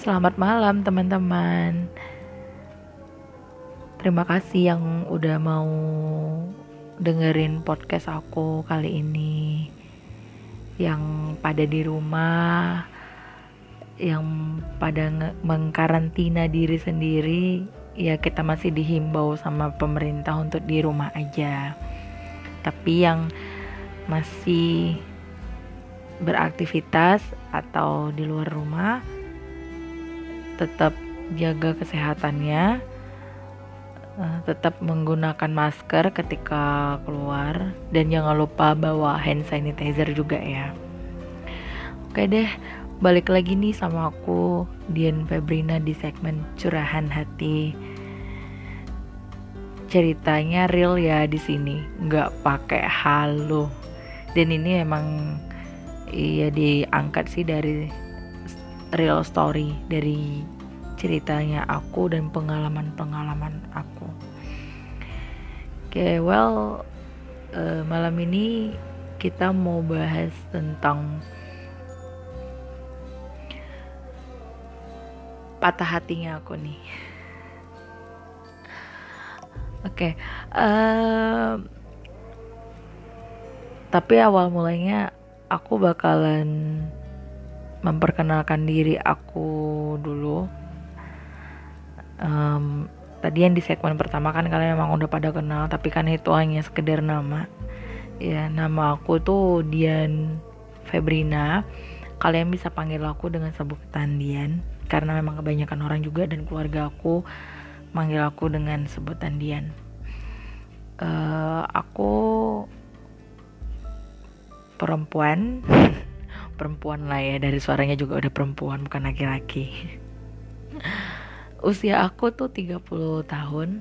Selamat malam teman-teman. Terima kasih yang udah mau dengerin podcast aku kali ini. Yang pada di rumah, yang pada mengkarantina diri sendiri, ya kita masih dihimbau sama pemerintah untuk di rumah aja. Tapi yang masih beraktivitas atau di luar rumah, tetap jaga kesehatannya, tetap menggunakan masker ketika keluar, dan jangan lupa bawa hand sanitizer juga ya. Oke deh, balik lagi nih sama aku Dian Febrina di segmen Curahan Hati. Ceritanya real ya di sini, nggak pakai halu. Dan ini emang diangkat sih dari real story, dari ceritanya aku dan pengalaman aku. Oke, malam ini kita mau bahas tentang patah hatinya aku nih. Oke, tapi awal mulanya aku bakalan memperkenalkan diri aku dulu. Tadi yang di segmen pertama kan kalian memang udah pada kenal, tapi kan itu hanya sekedar nama. Ya, nama aku tuh Dian Febrina. Kalian bisa panggil aku dengan sebutan Dian, karena memang kebanyakan orang juga dan keluarga aku manggil aku dengan sebutan Dian. Aku perempuan lah ya, dari suaranya juga udah perempuan, bukan laki-laki. Usia aku tuh 30 tahun,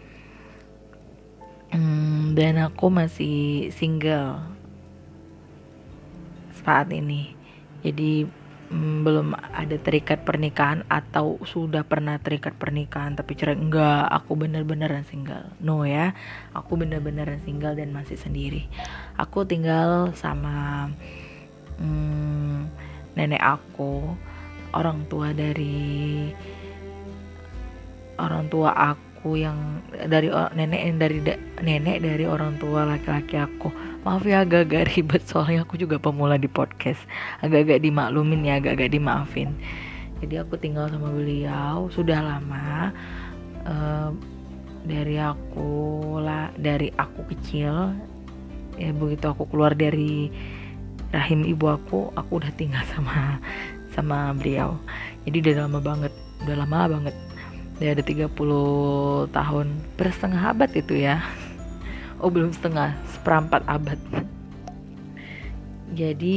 dan aku masih single saat ini. Jadi belum ada terikat pernikahan, atau sudah pernah terikat pernikahan tapi cerai. Enggak, aku bener-beneran single. No ya, aku bener-beneran single dan masih sendiri. Aku tinggal sama nenek aku, orang tua aku yang dari nenek dari orang tua laki-laki aku. Maaf ya, agak-agak ribet soalnya aku juga pemula di podcast. Agak-agak dimaklumin ya, agak-agak dimaafin. Jadi aku tinggal sama beliau sudah lama. Dari aku kecil ya, begitu aku keluar dari rahim ibu aku udah tinggal sama beliau. Jadi udah lama banget. Dia ada 30 tahun, bersetengah abad itu ya. Oh, belum setengah, seperempat abad. Jadi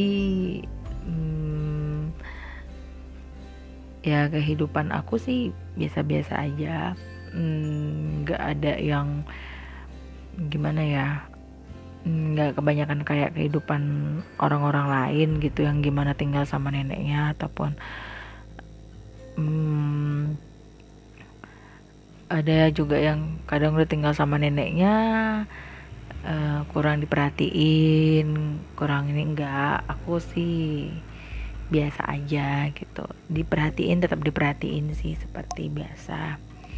ya kehidupan aku sih biasa-biasa aja. Gak ada yang gimana ya, gak kebanyakan kayak kehidupan orang-orang lain gitu, yang gimana tinggal sama neneknya ataupun ada juga yang kadang udah tinggal sama neneknya kurang diperhatiin, kurang ini. Enggak, aku sih biasa aja gitu, tetap diperhatiin sih seperti biasa.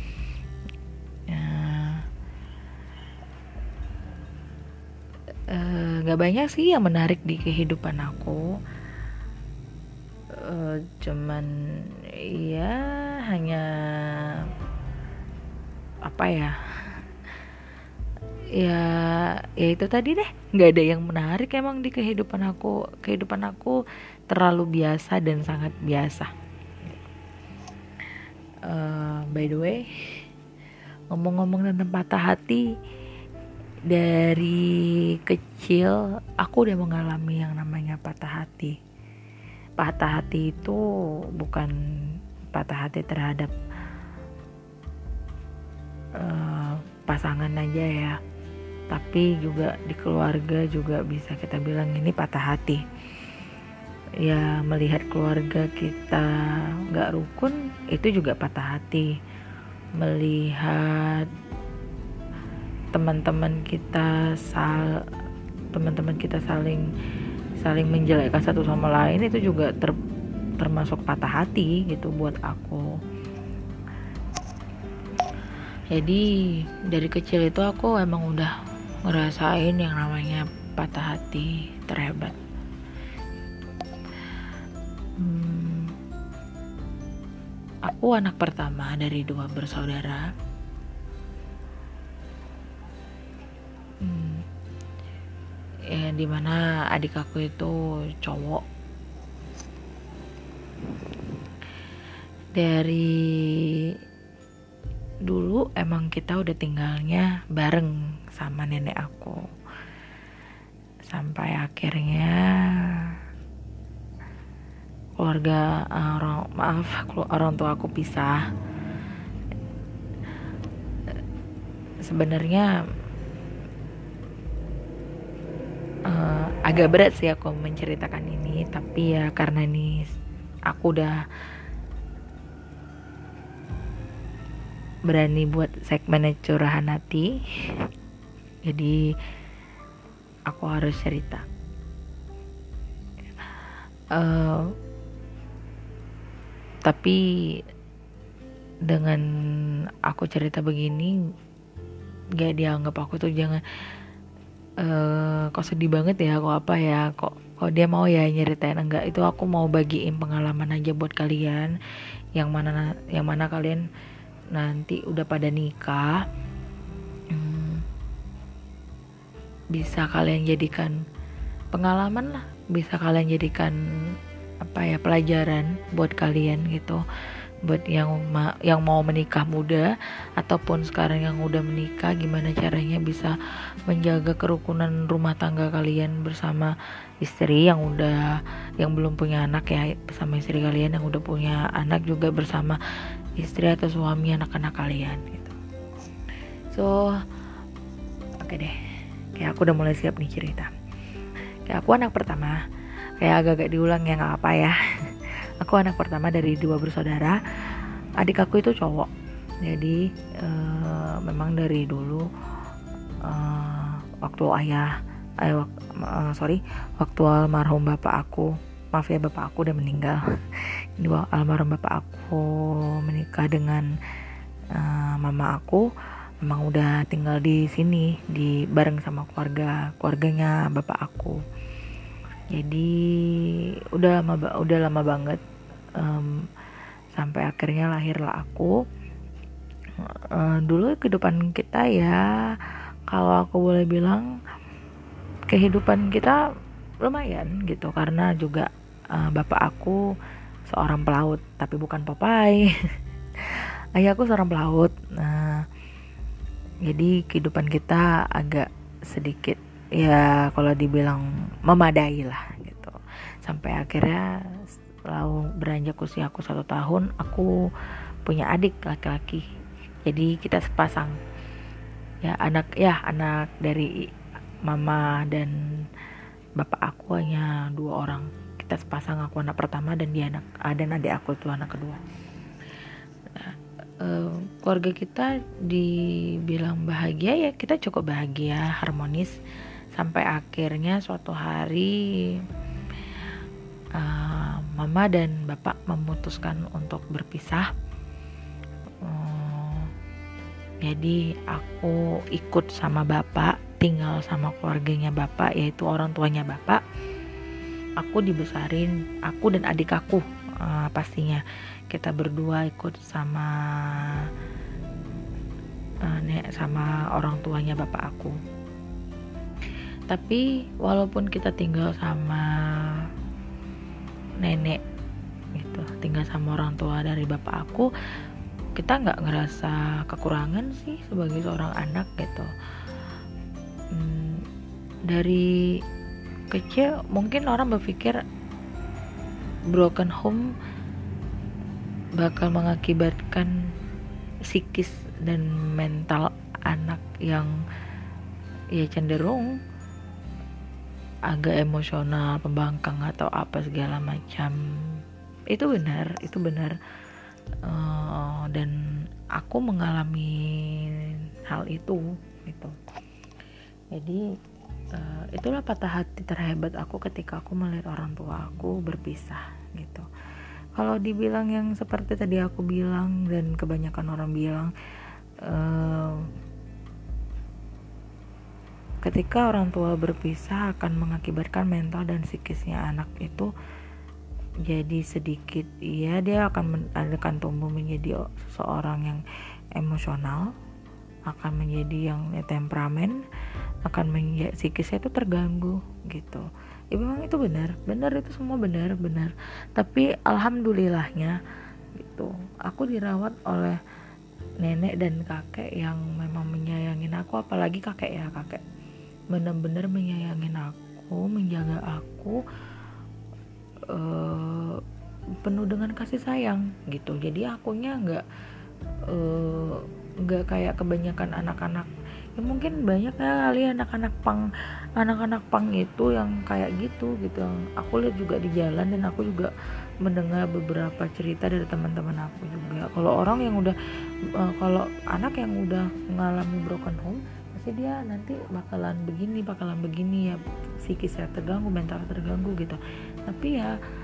Gak banyak sih yang menarik di kehidupan aku, cuman ya hanya apa ya itu tadi deh, nggak ada yang menarik emang di kehidupan aku terlalu biasa dan sangat biasa. By the way, ngomong-ngomong tentang patah hati, dari kecil aku udah mengalami yang namanya patah hati. Patah hati itu bukan patah hati terhadap pasangan aja ya, tapi juga di keluarga juga bisa kita bilang ini patah hati. Ya, melihat keluarga kita gak rukun, itu juga patah hati. Melihat teman-teman kita saling menjelekkan satu sama lain, itu juga termasuk patah hati gitu buat aku. Jadi dari kecil itu aku emang udah ngerasain yang namanya patah hati terhebat. Aku anak pertama dari 2 bersaudara. Dimana adik aku itu cowok. Dari dulu emang kita udah tinggalnya bareng sama nenek aku. Sampai akhirnya orang tua aku pisah. Sebenarnya agak berat sih aku menceritakan ini, tapi ya karena ini aku udah berani buat segmen curahan hati, jadi aku harus cerita. Tapi dengan aku cerita begini, gak dianggap aku tuh jangan kok sedih banget ya, kok apa ya, kok dia mau ya nyeritain. Enggak, itu aku mau bagiin pengalaman aja buat kalian yang mana kalian nanti udah pada nikah, bisa kalian jadikan pengalaman lah, bisa kalian jadikan pelajaran buat kalian gitu, buat yang mau menikah muda ataupun sekarang yang udah menikah, gimana caranya bisa menjaga kerukunan rumah tangga kalian bersama istri yang belum punya anak ya, bersama istri kalian yang udah punya anak juga bersama istri atau suami anak-anak kalian gitu. So oke deh, kayak aku udah mulai siap nih cerita. Kayak aku anak pertama, kayak agak-agak diulang ya, nggak apa ya. Aku anak pertama dari 2 bersaudara. Adik aku itu cowok. Jadi memang dari dulu waktu waktu almarhum bapak aku, maaf ya bapak aku udah meninggal. Ini almarhum bapak aku menikah dengan mama aku, memang udah tinggal di sini bareng sama keluarganya bapak aku. Jadi udah lama banget, sampai akhirnya lahirlah aku. Dulu kehidupan kita ya, kalau aku boleh bilang kehidupan kita lumayan gitu, karena juga bapak aku seorang pelaut, tapi bukan Popeye. Ayah aku seorang pelaut. Jadi kehidupan kita agak sedikit ya kalau dibilang memadai lah gitu. Sampai akhirnya lalu beranjak usia aku 1 tahun, aku punya adik laki-laki. Jadi kita sepasang ya, anak dari mama dan bapak aku hanya 2 orang. Kita sepasang, aku anak pertama dan dia dan adik aku itu anak kedua. Keluarga kita dibilang bahagia ya, kita cukup bahagia, harmonis, sampai akhirnya suatu hari mama dan bapak memutuskan untuk berpisah. Jadi aku ikut sama bapak, tinggal sama keluarganya bapak, yaitu orang tuanya bapak. Aku dibesarin, aku dan adik aku pastinya kita berdua ikut sama orang tuanya bapak aku. Tapi walaupun kita tinggal sama nenek gitu, tinggal sama orang tua dari bapak aku, kita nggak ngerasa kekurangan sih sebagai seorang anak gitu. Dari kecil mungkin orang berpikir broken home bakal mengakibatkan psikis dan mental anak yang ya cenderung agak emosional, pembangkang atau apa segala macam. Itu benar. Dan aku mengalami hal itu gitu. Jadi itulah patah hati terhebat aku ketika aku melihat orang tua aku berpisah gitu. kalau dibilang yang seperti tadi aku bilang dan kebanyakan orang bilang, ketika orang tua berpisah akan mengakibatkan mental dan psikisnya anak itu jadi sedikit, dia akan tumbuh menjadi seseorang yang emosional, akan menjadi yang temperamen, akan menjadi psikisnya itu terganggu gitu. Ya memang itu benar itu semua benar. Tapi alhamdulillahnya gitu, aku dirawat oleh nenek dan kakek yang memang menyayangin aku, apalagi kakek benar-benar menyayangin aku, menjaga aku, penuh dengan kasih sayang gitu. Jadi akunya nggak kayak kebanyakan anak-anak ya, mungkin banyak ya kali anak-anak pang itu yang kayak gitu. Aku lihat juga di jalan, dan aku juga mendengar beberapa cerita dari teman-teman aku juga. Kalau anak yang udah mengalami broken home, pasti dia nanti bakalan begini ya, psikisnya terganggu, mental terganggu gitu. Tapi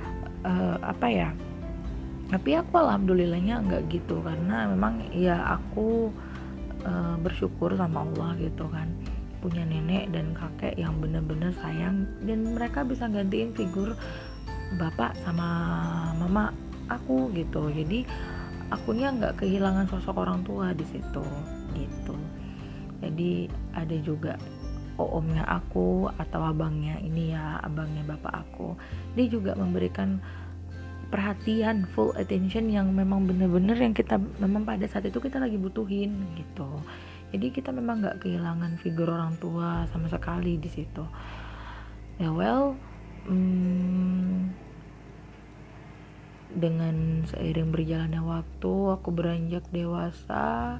aku alhamdulillahnya enggak gitu, karena memang ya aku bersyukur sama Allah gitu kan, punya nenek dan kakek yang benar-benar sayang, dan mereka bisa gantiin figur bapak sama mama aku gitu. Jadi akunya nggak kehilangan sosok orang tua di situ gitu. Jadi ada juga omnya aku atau abangnya bapak aku, dia juga memberikan perhatian, full attention yang memang benar-benar yang kita memang pada saat itu kita lagi butuhin gitu. Jadi kita memang nggak kehilangan figur orang tua sama sekali di situ. Ya dengan seiring berjalannya waktu, aku beranjak dewasa,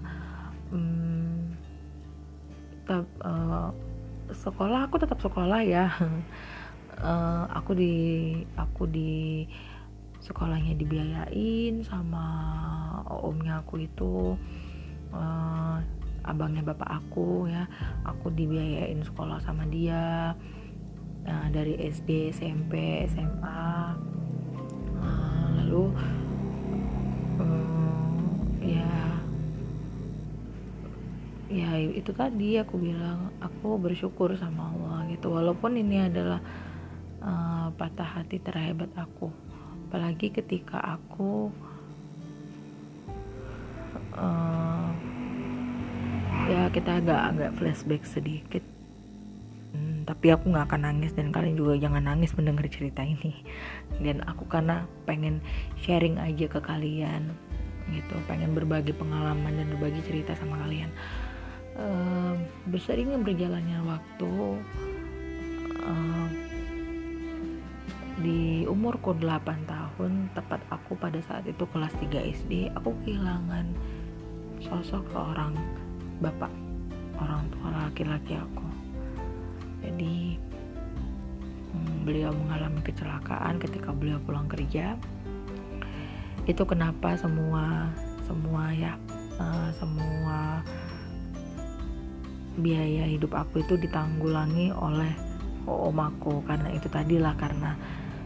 sekolah aku tetap sekolah ya. Aku di sekolahnya dibiayain sama omnya aku itu, abangnya bapak aku ya. Aku dibiayain sekolah sama dia, dari SD, SMP, SMA. Lalu ya itu tadi aku bilang, aku bersyukur sama Allah gitu, walaupun ini adalah patah hati terhebat aku, apalagi ketika aku ya kita agak flashback sedikit. Tapi aku nggak akan nangis, dan kalian juga jangan nangis mendengar cerita ini. Dan aku karena pengen sharing aja ke kalian gitu, pengen berbagi pengalaman dan berbagi cerita sama kalian. Berseiringnya berjalannya waktu, di umurku 8 tahun, tepat aku pada saat itu kelas 3 SD, aku kehilangan sosok seorang bapak, orang tua laki-laki aku. Jadi beliau mengalami kecelakaan ketika beliau pulang kerja. Itu kenapa semua biaya hidup aku itu ditanggulangi oleh om aku, karena itu tadilah, karena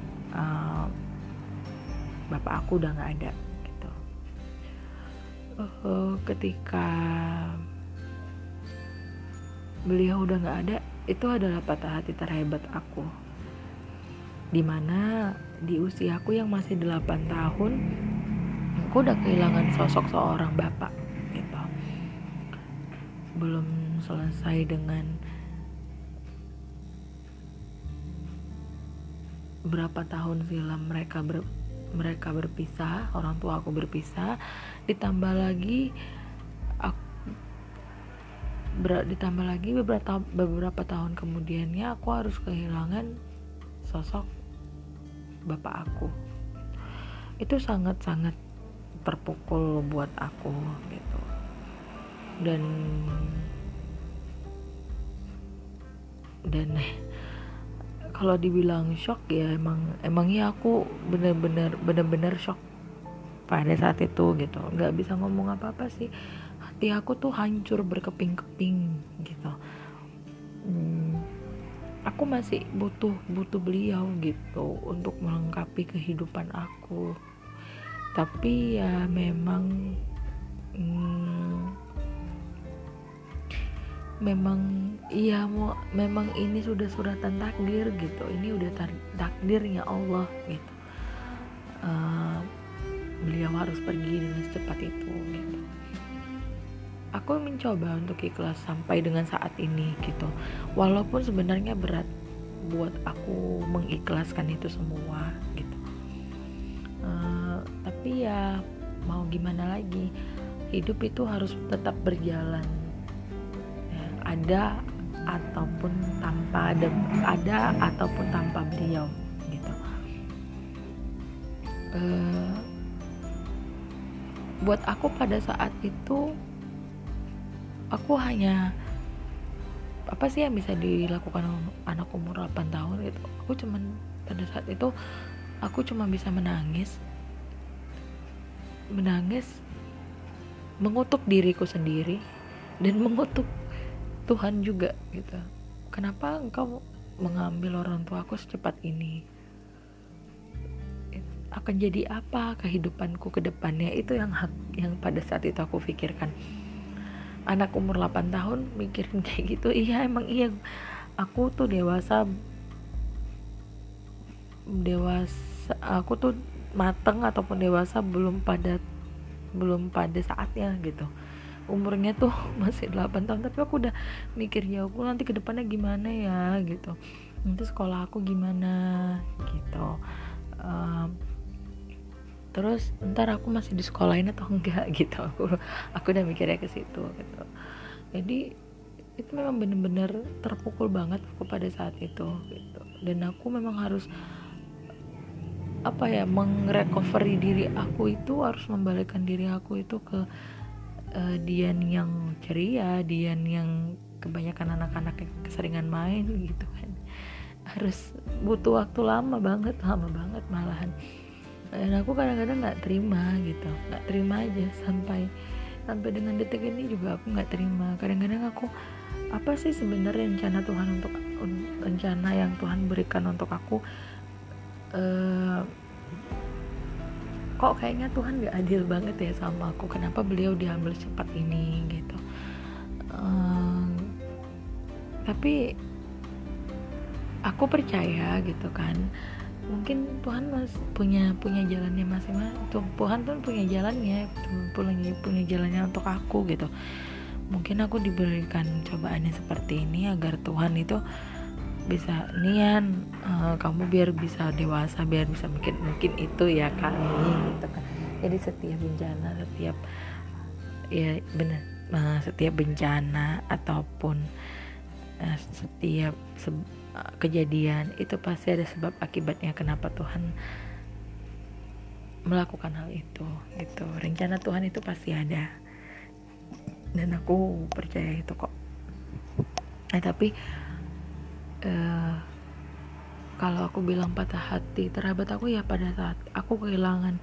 bapak aku udah nggak ada gitu. Ketika beliau udah nggak ada, itu adalah patah hati terhebat aku, dimana di usiaku yang masih 8 tahun aku udah kehilangan sosok seorang bapak gitu. Belum selesai dengan berapa tahun silam mereka berpisah, orang tua aku berpisah, ditambah lagi beberapa tahun kemudiannya aku harus kehilangan sosok bapak aku. Itu sangat-sangat terpukul buat aku gitu. Dan kalau dibilang shock ya, emangnya aku bener-bener shock pada saat itu gitu. Nggak bisa ngomong apa-apa sih, hati aku tuh hancur berkeping-keping gitu. Aku masih butuh beliau gitu untuk melengkapi kehidupan aku. Tapi ya memang memang ini sudah suratan takdir gitu, ini udah takdirnya Allah gitu. Beliau harus pergi dengan secepat itu gitu. Aku mencoba untuk ikhlas sampai dengan saat ini gitu, walaupun sebenarnya berat buat aku mengikhlaskan itu semua gitu. Tapi ya mau gimana lagi, hidup itu harus tetap berjalan ya, ada ataupun tanpa beliau gitu. Buat aku pada saat itu, aku hanya apa sih yang bisa dilakukan anak umur 8 tahun gitu. Pada saat itu aku cuma bisa menangis, mengutuk diriku sendiri dan mengutuk Tuhan juga gitu. Kenapa engkau mengambil orang tuaku secepat ini? Akan jadi apa kehidupanku ke depannya? Itu yang pada saat itu aku pikirkan. Anak umur 8 tahun mikirin kayak gitu. Emang iya, aku tuh dewasa, aku tuh mateng ataupun dewasa belum pada saatnya gitu. Umurnya tuh masih 8 tahun, tapi aku udah mikir ya aku nanti ke depannya gimana ya gitu, nanti sekolah aku gimana gitu, terus ntar aku masih di sekolahin atau enggak gitu. Aku udah mikirnya ke situ gitu. Jadi itu memang benar-benar terpukul banget aku pada saat itu gitu. Dan aku memang harus mengrecovery diri aku itu, harus membalikkan diri aku itu ke Dian yang ceria, Dian yang kebanyakan anak-anak yang keseringan main gitu kan. Harus butuh waktu lama banget malahan. Dan aku kadang-kadang nggak terima gitu, nggak terima aja sampai dengan detik ini juga aku nggak terima. Kadang-kadang aku, apa sih sebenarnya rencana yang Tuhan berikan untuk aku? Kok kayaknya Tuhan gak adil banget ya sama aku, kenapa beliau diambil cepat ini gitu. Tapi aku percaya gitu kan, mungkin Tuhan punya jalannya masing-masing. Tuhan pun punya jalannya, punya jalannya untuk aku gitu. Mungkin aku diberikan cobaannya seperti ini agar Tuhan itu bisa nian, kamu biar bisa dewasa, biar bisa mungkin itu ya kali gitu kan. Jadi setiap bencana ataupun setiap kejadian itu pasti ada sebab akibatnya kenapa Tuhan melakukan hal itu gitu. Rencana Tuhan itu pasti ada dan aku percaya itu kok. Tapi kalau aku bilang patah hati terabat aku ya pada saat aku kehilangan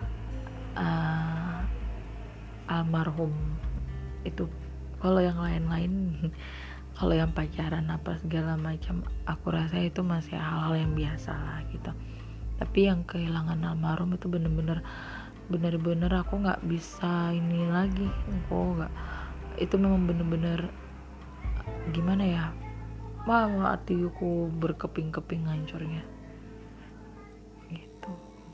almarhum itu. Kalau yang lain-lain, kalau yang pacaran apa segala macam, aku rasa itu masih hal-hal yang biasa lah gitu. Tapi yang kehilangan almarhum itu bener-bener aku nggak bisa ini lagi. Itu memang bener-bener gimana ya, hatiku berkeping-keping hancurnya gitu.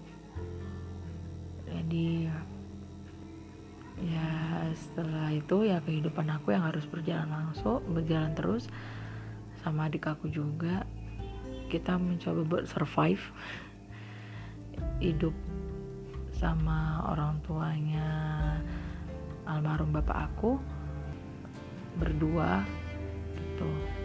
Jadi ya setelah itu ya kehidupan aku yang harus berjalan terus. Sama adik aku juga, kita mencoba survive hidup sama orang tuanya almarhum bapak aku berdua gitu.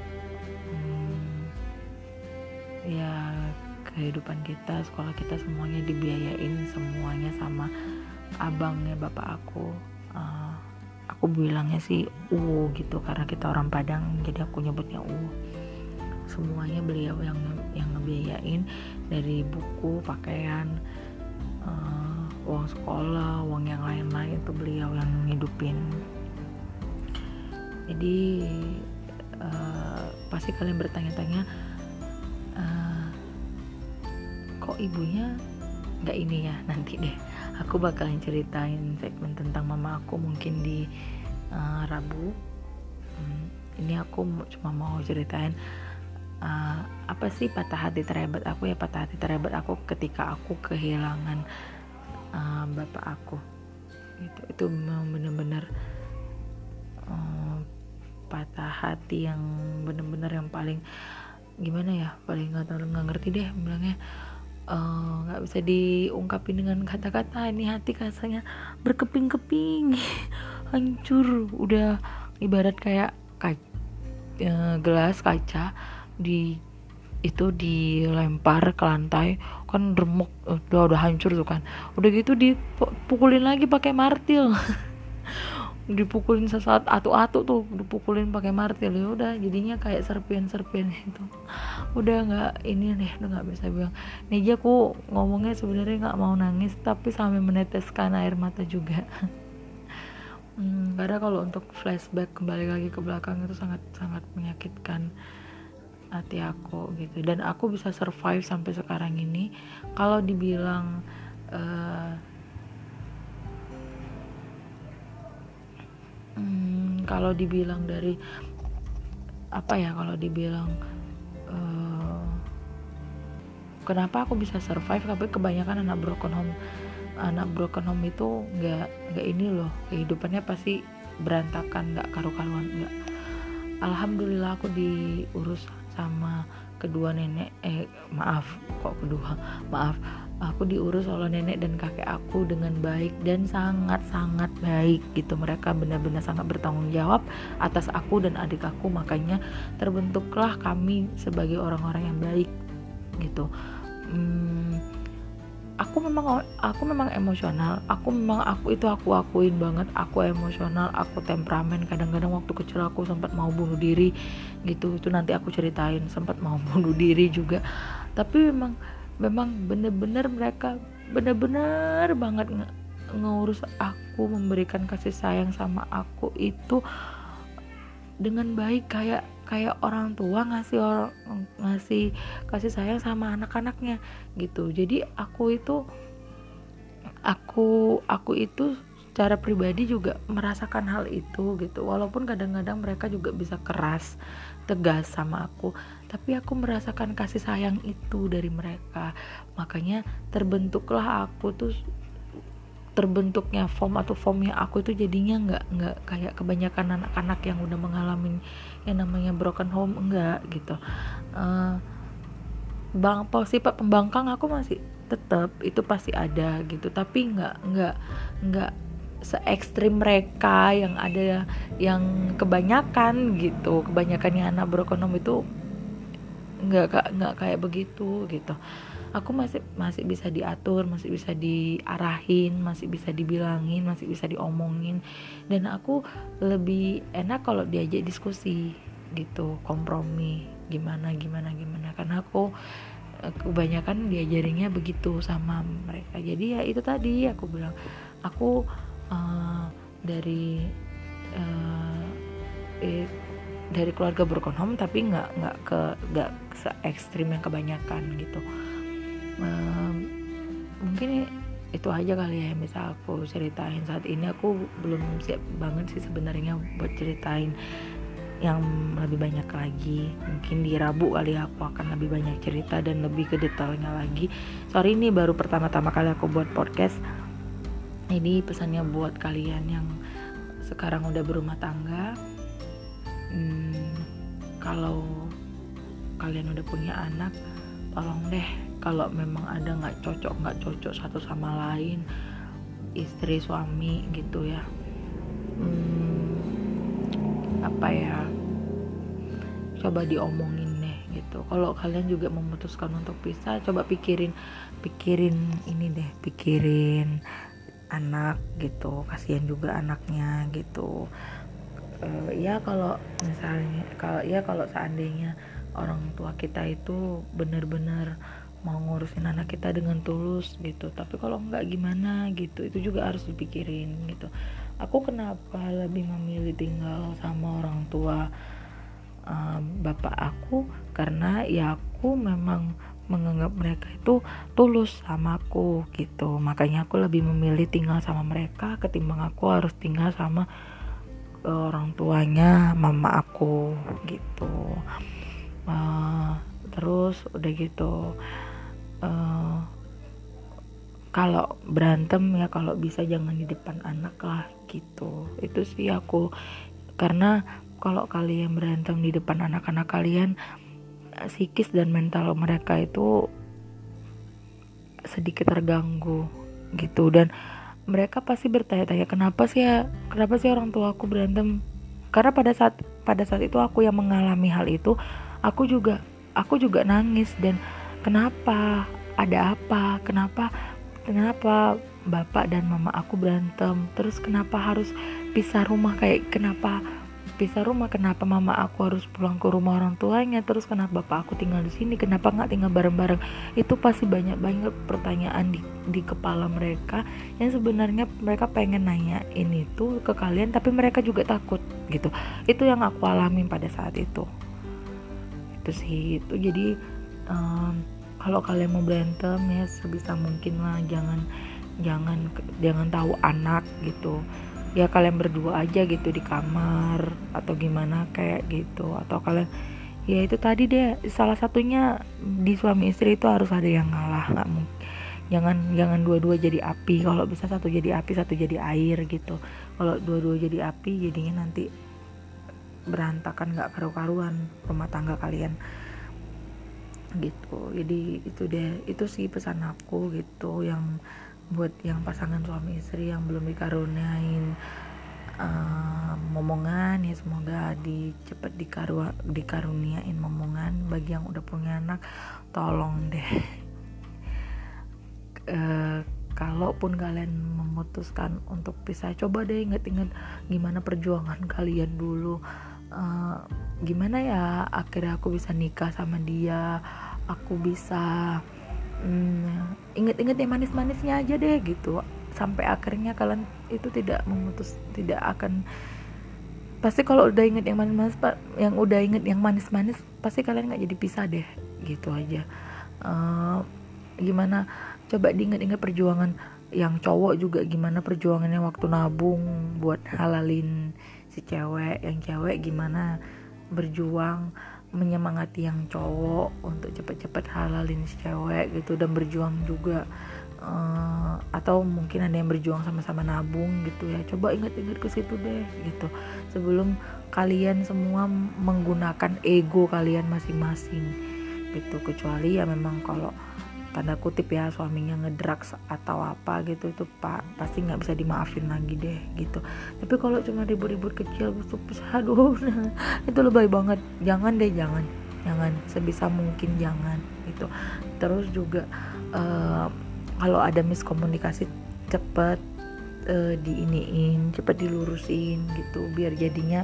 Ya kehidupan kita, sekolah kita semuanya dibiayain semuanya sama abangnya bapak aku. Aku bilangnya sih gitu karena kita orang Padang, jadi aku nyebutnya semuanya beliau yang ngebiayain, dari buku, pakaian, uang sekolah, uang yang lain-lain itu beliau yang ngidupin. Jadi pasti kalian bertanya-tanya, kok ibunya nggak ini ya, nanti deh Aku bakalan ceritain segmen tentang mama aku mungkin di Rabu. Ini aku cuma mau ceritain apa sih patah hati terhebat aku ya. Patah hati terhebat aku ketika aku kehilangan bapak aku gitu. Itu memang benar-benar patah hati yang benar-benar yang paling gimana ya, paling nggak ngerti deh bilangnya. Nggak bisa diungkapin dengan kata-kata. Ini hati rasanya berkeping-keping hancur, udah ibarat kayak gelas kaca itu dilempar ke lantai kan, remuk, udah hancur tuh kan. Udah gitu dipukulin lagi pakai martil dipukulin sesaat atu-atu tuh, dipukulin pakai martil. Ya udah jadinya kayak serpian itu. Udah nggak ini deh, udah nggak bisa bilang. Nih aku ngomongnya sebenarnya nggak mau nangis tapi sampai meneteskan air mata juga. Karena kalau untuk flashback kembali lagi ke belakang itu sangat menyakitkan hati aku gitu. Dan aku bisa survive sampai sekarang ini. Kalau dibilang kalau dibilang dari apa ya, kalau dibilang kenapa aku bisa survive, tapi kebanyakan anak broken home itu nggak ini loh, kehidupannya pasti berantakan, nggak karu-karuan, nggak. Alhamdulillah aku diurus sama aku diurus oleh nenek dan kakek aku dengan baik dan sangat baik gitu. Mereka benar-benar sangat bertanggung jawab atas aku dan adik aku, makanya terbentuklah kami sebagai orang-orang yang baik gitu. Aku memang emosional, aku akuin banget, aku emosional, aku temperamen. Kadang-kadang waktu kecil aku sempat mau bunuh diri gitu, itu nanti aku ceritain, sempat mau bunuh diri juga. Tapi memang bener-bener mereka bener-bener banget ngurus aku, memberikan kasih sayang sama aku itu dengan baik, kayak orang tua ngasih kasih sayang sama anak-anaknya gitu. Jadi aku itu secara pribadi juga merasakan hal itu gitu. Walaupun kadang-kadang mereka juga bisa keras, tegas sama aku, tapi aku merasakan kasih sayang itu dari mereka. Makanya terbentuknya formnya aku itu jadinya nggak kayak kebanyakan anak-anak yang udah mengalami yang namanya broken home, enggak gitu. Sifat pembangkang aku masih tetap, itu pasti ada gitu, tapi nggak se ekstrim mereka yang ada, yang kebanyakan gitu. Kebanyakannya anak broken home itu nggak kayak begitu gitu. Aku masih bisa diatur, masih bisa diarahin, masih bisa dibilangin, masih bisa diomongin, dan aku lebih enak kalau diajak diskusi gitu, kompromi gimana, karena aku kebanyakan diajarinnya begitu sama mereka. Jadi ya itu tadi aku bilang, aku dari keluarga broken home tapi nggak se ekstrim yang kebanyakan gitu. Mungkin itu aja kali ya yang bisa aku ceritain saat ini. Aku belum siap banget sih sebenarnya buat ceritain yang lebih banyak lagi. Mungkin di Rabu kali aku akan lebih banyak cerita dan lebih ke detailnya lagi. Sorry, ini baru pertama-tama kali aku buat podcast. Ini pesannya buat kalian yang sekarang udah berumah tangga. Kalau kalian udah punya anak, tolong deh, kalau memang ada nggak cocok satu sama lain, istri suami gitu ya, coba diomongin deh gitu. Kalau kalian juga memutuskan untuk pisah, coba pikirin ini deh, pikirin anak gitu, kasihan juga anaknya gitu. Ya kalau seandainya orang tua kita itu benar-benar mau ngurusin anak kita dengan tulus gitu, tapi kalau enggak gimana gitu, itu juga harus dipikirin gitu. Aku kenapa lebih memilih tinggal sama orang tua bapak aku, karena ya aku memang menganggap mereka itu tulus sama aku gitu. Makanya aku lebih memilih tinggal sama mereka ketimbang aku harus tinggal sama orang tuanya mama aku gitu. Terus udah gitu, kalau berantem ya kalau bisa jangan di depan anak lah gitu. Itu sih aku, karena kalau kalian berantem di depan anak-anak kalian, psikis dan mental mereka itu sedikit terganggu gitu, dan mereka pasti bertanya-tanya kenapa sih orang tua aku berantem. Karena pada saat itu aku yang mengalami hal itu, aku juga nangis. Dan kenapa, ada apa, kenapa bapak dan mama aku berantem, terus kenapa harus pisah rumah, kenapa mama aku harus pulang ke rumah orang tuanya, terus kenapa bapak aku tinggal di sini, kenapa nggak tinggal bareng-bareng. Itu pasti banyak banget pertanyaan di kepala mereka yang sebenarnya mereka pengen nanyain itu ke kalian, tapi mereka juga takut gitu. Itu yang aku alami pada saat itu sih. Itu jadi kalau kalian mau berantem ya sebisa mungkin lah jangan tahu anak gitu. Ya kalian berdua aja gitu di kamar atau gimana kayak gitu, atau kalian ya itu tadi deh, salah satunya di suami istri itu harus ada yang ngalah. Nggak mungkin, jangan dua-dua jadi api. Kalau bisa satu jadi api, satu jadi air gitu. Kalau dua-dua jadi api jadinya nanti berantakan, nggak karu-karuan rumah tangga kalian gitu. Jadi itu deh, itu sih pesan aku gitu, yang buat yang pasangan suami istri yang belum dikaruniain momongan, ya semoga cepet dikaruniain momongan. Bagi yang udah punya anak, tolong deh, kalaupun kalian memutuskan untuk pisah, coba deh inget-inget gimana perjuangan kalian dulu. Gimana ya akhirnya aku bisa nikah sama dia, aku bisa inget-inget yang manis-manisnya aja deh gitu, sampai akhirnya kalian itu tidak akan, pasti kalau udah inget yang manis-manis pasti kalian nggak jadi pisah deh gitu aja. Gimana, coba diinget-inget perjuangan yang cowok juga, gimana perjuangannya waktu nabung buat halalin si cewek, yang cewek gimana berjuang menyemangati yang cowok untuk cepet-cepet halalin si cewek gitu, dan berjuang juga. Atau mungkin ada yang berjuang sama-sama nabung gitu ya. Coba ingat-ingat ke situ deh gitu, sebelum kalian semua menggunakan ego kalian masing-masing gitu. Kecuali ya memang kalau tanda kutip ya suaminya ngedrugs atau apa gitu, itu pasti nggak bisa dimaafin lagi deh gitu. Tapi kalau cuma ribut-ribut kecil aduh itu lebay banget. Jangan sebisa mungkin jangan gitu. Terus juga kalau ada miskomunikasi cepet cepet dilurusin gitu, biar jadinya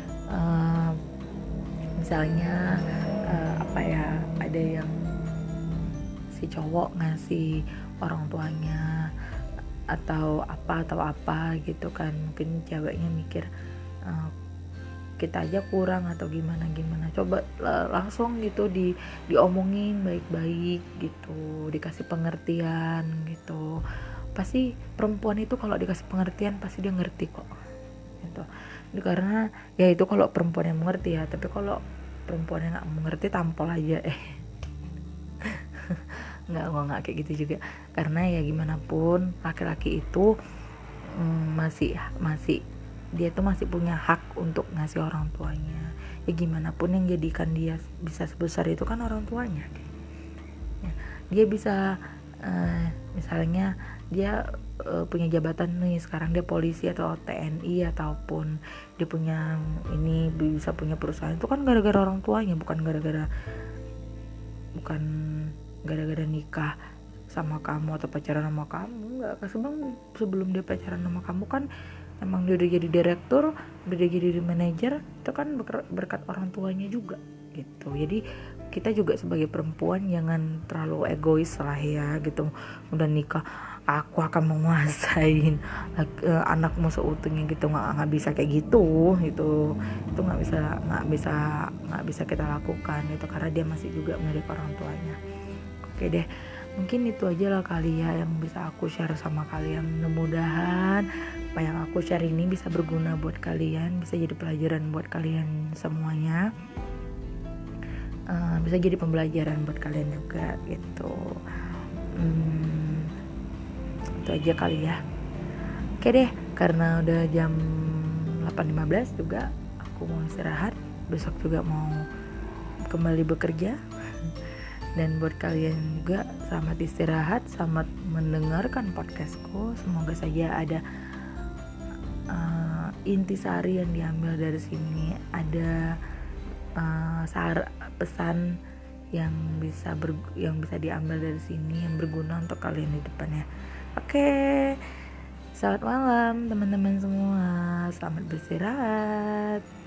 misalnya ada yang si cowok ngasih orang tuanya atau apa gitu kan, mungkin ceweknya mikir kita aja kurang atau gimana, coba langsung gitu diomongin baik-baik gitu, dikasih pengertian gitu. Pasti perempuan itu kalau dikasih pengertian pasti dia ngerti kok gitu. Karena ya itu kalau perempuan yang mengerti ya, tapi kalau perempuan yang nggak mengerti tampol aja nggak kayak gitu juga. Karena ya gimana pun laki-laki itu masih dia tuh masih punya hak untuk ngasih orang tuanya. Ya gimana pun yang jadikan dia bisa sebesar itu kan orang tuanya. Ya, dia bisa misalnya dia punya jabatan nih, sekarang dia polisi atau TNI ataupun dia punya bisa punya perusahaan, itu kan gara-gara orang tuanya, bukan gara-gara nikah sama kamu atau pacaran sama kamu. Enggak, sebelum dia pacaran sama kamu kan emang dia udah jadi direktur, udah jadi manajer, itu kan berkat orang tuanya juga gitu. Jadi kita juga sebagai perempuan jangan terlalu egois lah ya gitu. Udah nikah aku akan menguasain anakmu seutuhnya gitu. Nggak bisa kayak gitu. Itu nggak bisa kita lakukan itu, karena dia masih juga milik orang tuanya. Oke deh, mungkin itu aja lah kali ya yang bisa aku share sama kalian. Mudah-mudahan apa yang aku share ini bisa berguna buat kalian, bisa jadi pelajaran buat kalian semuanya, bisa jadi pembelajaran buat kalian juga gitu. Itu aja kali ya. Oke deh, karena udah jam 8.15 juga aku mau istirahat, besok juga mau kembali bekerja. Dan buat kalian juga selamat istirahat, selamat mendengarkan podcastku. Semoga saja ada intisari yang diambil dari sini, ada pesan yang bisa diambil dari sini yang berguna untuk kalian di depannya. Oke, selamat malam teman-teman semua, selamat beristirahat.